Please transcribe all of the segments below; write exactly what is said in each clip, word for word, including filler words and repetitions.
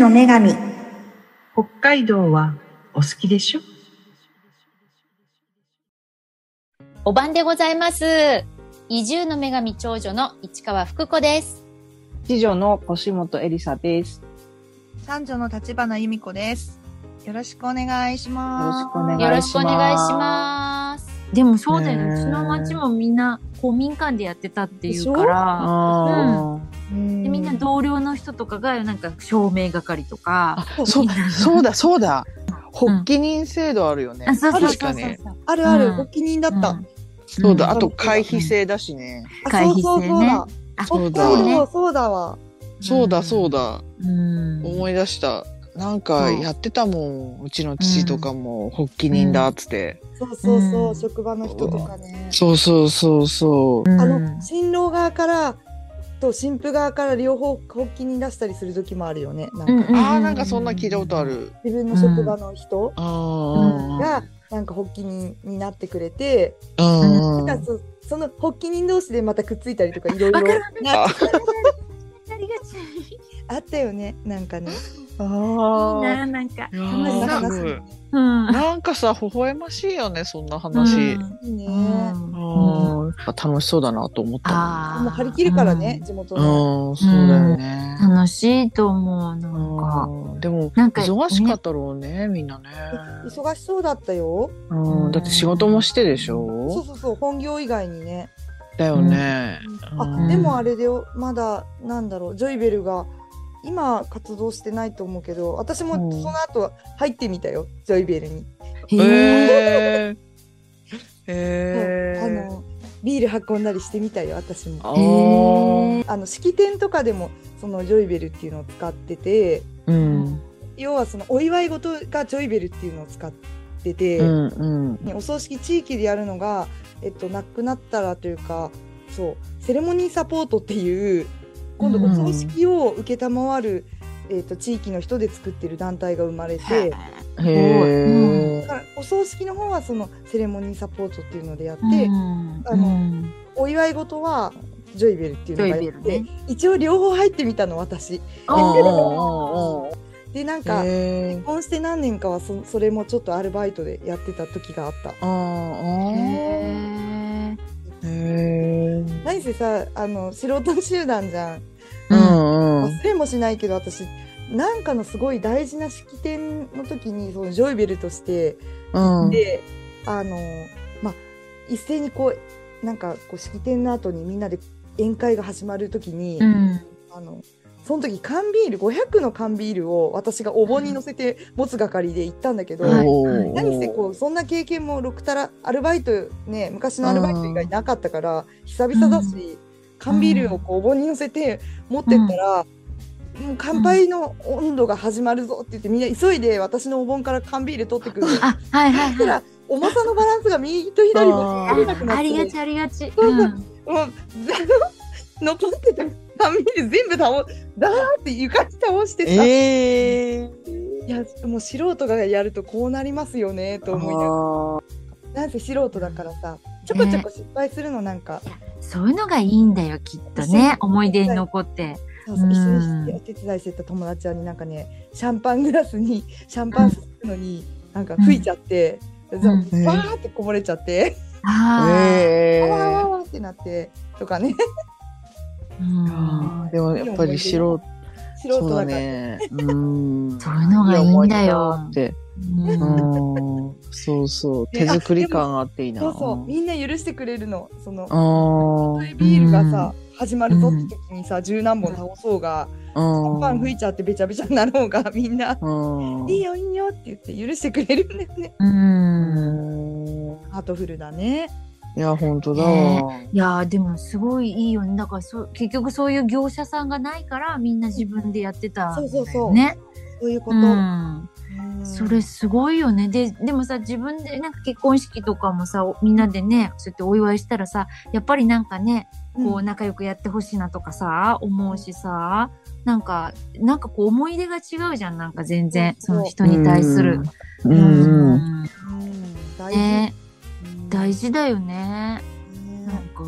の女神。 北海道はお好きでしょ？ お晩でございます。移住の女神長女の市川福子です。 次女の腰本エリサです。 三女の立花由美子です。よろしくお願いします。 よろしくお願いします。 よろしくお願いします。でもそうだよね。うちの町もみんな公民館でやってたっていうから、うん、でみんな同僚の人とかがなんか証明係とか、 そ, そうだそうだ。発起人制度あるよね。 うん、そうそうそうそうそうそう。あるある、うん、発起人だった。うん、 そうだ。あと会費制だしね。 会費制ね。 そうだそうそうだわ。 そうだそうだ。うん、思い出した。なんかやってたもん、うちの父とかも発起人だっつって、 うん、そうそうそう、うん、職場の人とかね。 そうそうそうそう。 あの新郎側からと新婦側から両方発起人出したりする時もあるよね。なんか、うんうん、 ああなんかそんな聞いたことある。 自分の職場の人、 うん、 がなんか発起人になってくれて、 うん、 なんか そ, その発起人同士でまたくっついたりとかいろいろあったよね。なんかね。 あいいな、なんかうん、なんかさ微笑ましいよね、そんな話、うん、 いいね、 うんうん、楽しそうだなと思ったもん。もう張り切るからね、うん、地元の、 うん、そうだよね、 うん、楽しいと思う。なんか、 うん、でもなんか忙しかったろうね、みんなね。 忙しそうだったよ、 うん、だって仕事もしてでしょ。 そうそうそう、本業以外にね。 だよね、 うん、あ、でもあれでよ、まだなんだろう、ジョイベルが今活動してないと思うけど、私もその後入ってみたよ、ジョイベルに。 へーへーあのビール運んだりしてみたよ、私も。へあの式典とかでもそのジョイベルっていうのを使ってて、 うん、 要はそのお祝い事がジョイベルっていうのを使ってて、 うんうんね、お葬式地域でやるのが、えっと、亡くなったらというか、そうセレモニーサポートっていう今度お葬式を承る、うんえー、と地域の人で作ってる団体が生まれて、 へだからお葬式の方はそのセレモニーサポートっていうのでやって、 うん、 あのうん、お祝い事はジョイベルっていうのがやって、ね、一応両方入ってみたの私。でなんか結婚して何年かは そ, それもちょっとアルバイトでやってた時があった。 あへへ何せさあの素人集団じゃん、 うんうん、 忘れもしないけど私なんかのすごい大事な式典の時にそのジョイベルとして、 うん、 であのまあ一斉にこうなんかこう式典の後にみんなで宴会が始まる時に、うん、あのその時缶ビールごひゃくの缶ビールを私がお盆に乗せて持つ係で行ったんだけど、うん、何せこうそんな経験もろくたらアルバイトね昔のアルバイト以外なかったから、うん、久々だし、うん、缶ビールをこうお盆に乗せて持ってったら、うん、もう乾杯の温度が始まるぞって言ってみんな急いで私のお盆から缶ビール取ってくる。 あ、はいはいはい。 重さのバランスが右と左も取れなくなって、 ありがちありがち。 そうそう、うん、もう残ってた缶ビール全部倒だーって床に倒してさ、 えー、 いやもう素人がやるとこうなりますよねと思いながら、なんせ素人だからさちょこちょこ失敗するのなんか、 ね、そういうのがいいんだよきっとね、思い出に残って。 そうそう、一緒にしてお手伝いしてた友達はになんかねシャンパングラスにシャンパンするのに、うん、なんか吹いちゃって、うん、バーってこぼれちゃって、 うん、えー、わわわわってなってとかね。 うん、でもやっぱり素人素人だからね、うん、 そういうのがいいんだよって、うん、そうそう手作り感あっていいな。 そうそうみんな許してくれるの、そのビールがさ、うん、始まるぞって時にさ十何本倒そうが、うん、シャンパン吹いちゃってべちゃべちゃになろうがみんな、うん、いいよいいよって言って許してくれるんだよね。 うん、 ハートフルだね。 いや本当だ、ね、 いやでもすごいいいよね。だからそ結局そういう業者さんがないからみんな自分でやってたんだよね。 そうそうそうそういうこと、うんうん、それすごいよね。ででもさ自分でなんか結婚式とかもさみんなでねそうやってお祝いしたらさやっぱりなんかねこう仲良くやってほしいなとかさ、うん、思うしさなんかなんかこう思い出が違うじゃん。なんか全然その人に対する、 うんうんうんうん、大事、 ね大事だよね。なんか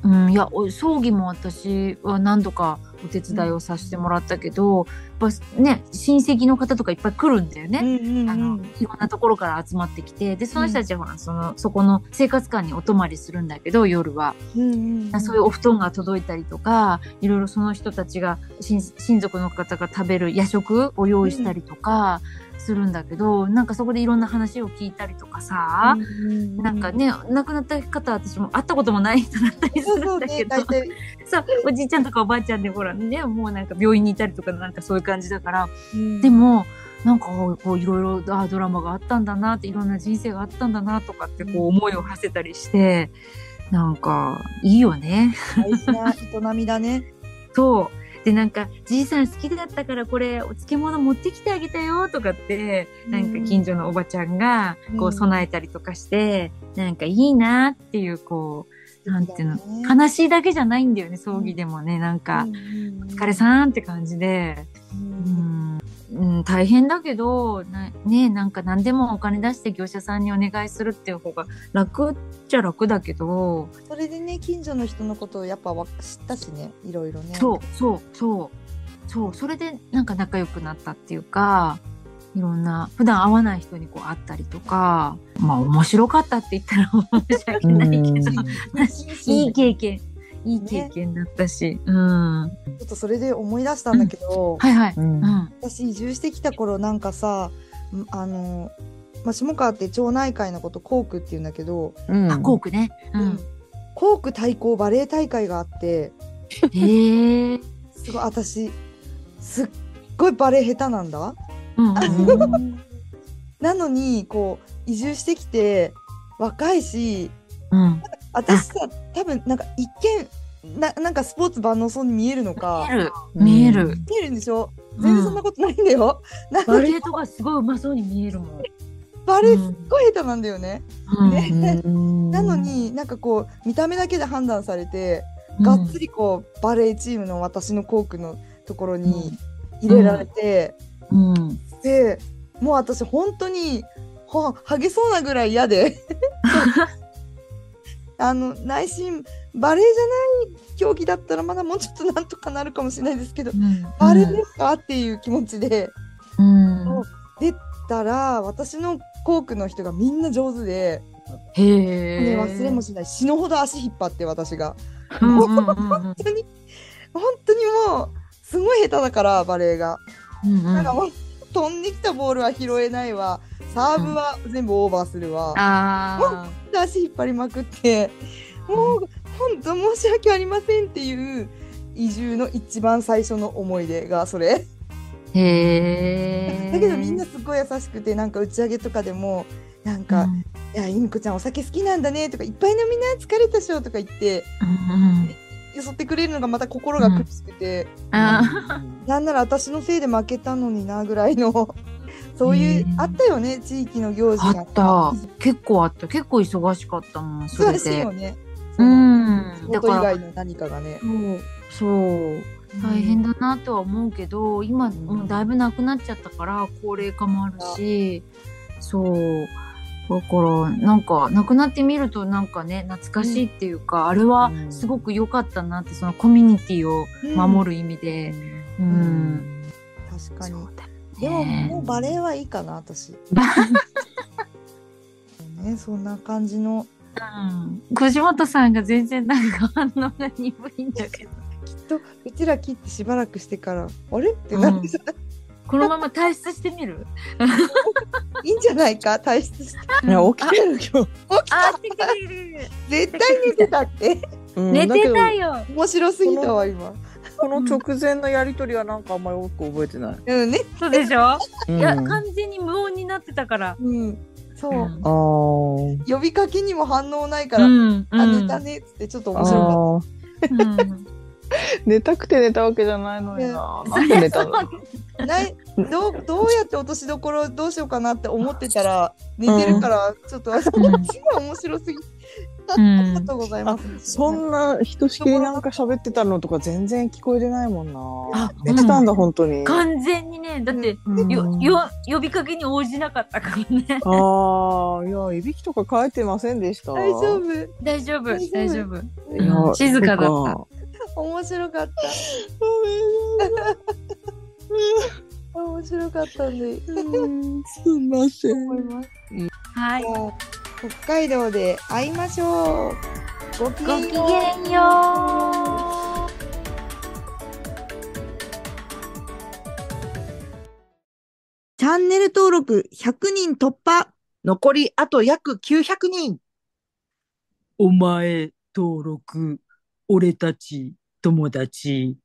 うん、いや葬儀も私は何度かお手伝いをさせてもらったけど、やっぱね親戚の方とかいっぱい来るんだよね、 うんうんうん、 あのいろんなところから集まってきて、でその人たちはほら、そのそこの生活館にお泊まりするんだけど夜は、 うんうんうん、 そういうお布団が届いたりとか、いろいろその人たちが 親, 親族の方が食べる夜食を用意したりとかするんだけど、うん、なんかそこでいろんな話を聞いたりとかさ、うんうんうん、なんかね亡くなった方私も会ったこともない人だったりするんだけど、そうそう、ね、そうおじいちゃんとかおばあちゃんでほらねもうなんか病院にいたりとかなんかそういう感じだから、うん、でもなんかこういろいろあドラマがあったんだなって、いろんな人生があったんだなとかってこう思いを馳せたりして、なんかいいよね。 大事な営みだね。 そうでなんかじいさん好きだったからこれお漬物持ってきてあげたよとかって、うん、なんか近所のおばちゃんがこう備えたりとかして、うん、なんかいいなっていうこうなんていうの、悲しいだけじゃないんだよね葬儀でもね、なんか、うん、お疲れさんって感じで、うんうん、大変だけどな、ね、なんか何でもお金出して業者さんにお願いするっていう方が楽っちゃ楽だけど、 それでね近所の人のことをやっぱ知ったしね、いろいろね。 そうそうそうそうそれでなんか仲良くなったっていうか、いろんな普段会わない人にこう会ったりとか、まあ面白かったって言ったら申し訳ないけどいい経験いい経験だったし、ね、うん、 ちょっとそれで思い出したんだけど、 うん、はいはい、うん、 私移住してきた頃なんかさ、あの、まあ、下川って町内会のこと校区って言うんだけど、 うん、あ校区ね、うん、 校区対抗バレエ大会があって、 へえすごい私すっごいバレエ下手なんだ、 うんうん、 なのにこう移住してきて若いし、 うん、 私さ多分なんか一見 な, なんかスポーツ万能そうに見えるのか、 見える見える、 うん、見えるんでしょ。全然そんなことないんだよ、 うん、バレエとかすごいうまそうに見えるもん。 バレエすっごい下手なんだよね、 うんね、 うん、 なのになんかこう見た目だけで判断されて、うん、がっつりこうバレエチームの私の校区のところに入れられて、 うんうん、でもう私本当にはげそうなぐらい嫌であの内心バレエじゃない競技だったらまだもうちょっとなんとかなるかもしれないですけど、うん、バレエですかっていう気持ちで、 うん、 出たら私の校区の人がみんな上手で、 へー、 ね、忘れもしない、死ぬほど足引っ張って私が、 うんうんうんうん、 本当に本当にもうすごい下手だからバレエが、 うんうん、 なんかもう飛んできたボールは拾えないわ、サーブは全部オーバーするわ、うん、 あもう足引っ張りまくって、もう本当申し訳ありませんっていう移住の一番最初の思い出がそれ。 へー、 だけどみんなすごい優しくて、なんか打ち上げとかでもなんか、うん、いやゆみこちゃんお酒好きなんだねとか、いっぱい飲みな疲れたしょとか言って、 うんうん、 よそってくれるのがまた心が苦しくて、 うん、 なんなら私のせいで負けたのになぐらいのそういう、あったよね地域の行事が。 あった結構あった結構忙しかったもんそれで。 忙しいよね、 うん、 仕事以外の何かがね。 そうそう大変だなとは思うけど、うん、今もうだいぶなくなっちゃったから高齢化もあるし、そうだからなんかなくなってみるとなんかね懐かしいっていうか、うん、あれはすごく良かったなって、そのコミュニティを守る意味で、うんうん、 確かに、でももうバレエはいいかな私ね、そんな感じの、 うん、藤本さんが全然なんか反応が鈍いんだけどきっとうちら切ってしばらくしてからあれってなるじゃない、うん、 このまま退出してみるいいんじゃないか退出して。 いや起きてる今日。起きた。 あ起きてる絶対寝てたって、 うん、寝てたよ。 面白すぎたわ今。 この直前のやりとりはなんかあんまり多く覚えてない。 うんね。 そうでしょ、 うん、 いや完全に無音になってたから。 うん。そう、うん、 あ呼びかけにも反応ないから、うん、あ寝たねっつってちょっと面白かった。 寝たくて寝たわけじゃないのにな。なんで寝たの？ ないどうどうやって落としどころどうしようかなって思ってたら寝てるから、ちょっと私も面白すぎ、ありがとうございます。 そんなひとしきりなんか喋ってたのとか全然聞こえてないもんな。 あ寝てたんだ、本当に。 完全にね、だって、 うんよよ呼びかけに応じなかったからね。 ああ、いや、いびきとか書いてませんでした。 大丈夫大丈夫大丈夫大丈夫。 いや、 うん静かだった。 面白かった面白かったんで、 うんすみません。 思います。 はい。 じゃあ北海道で会いましょう。ごきげごきんよう。 げんよう。 チャンネル登録ひゃくにん突破。 残りあと約きゅうひゃくにん。 お前登録、俺たち友達。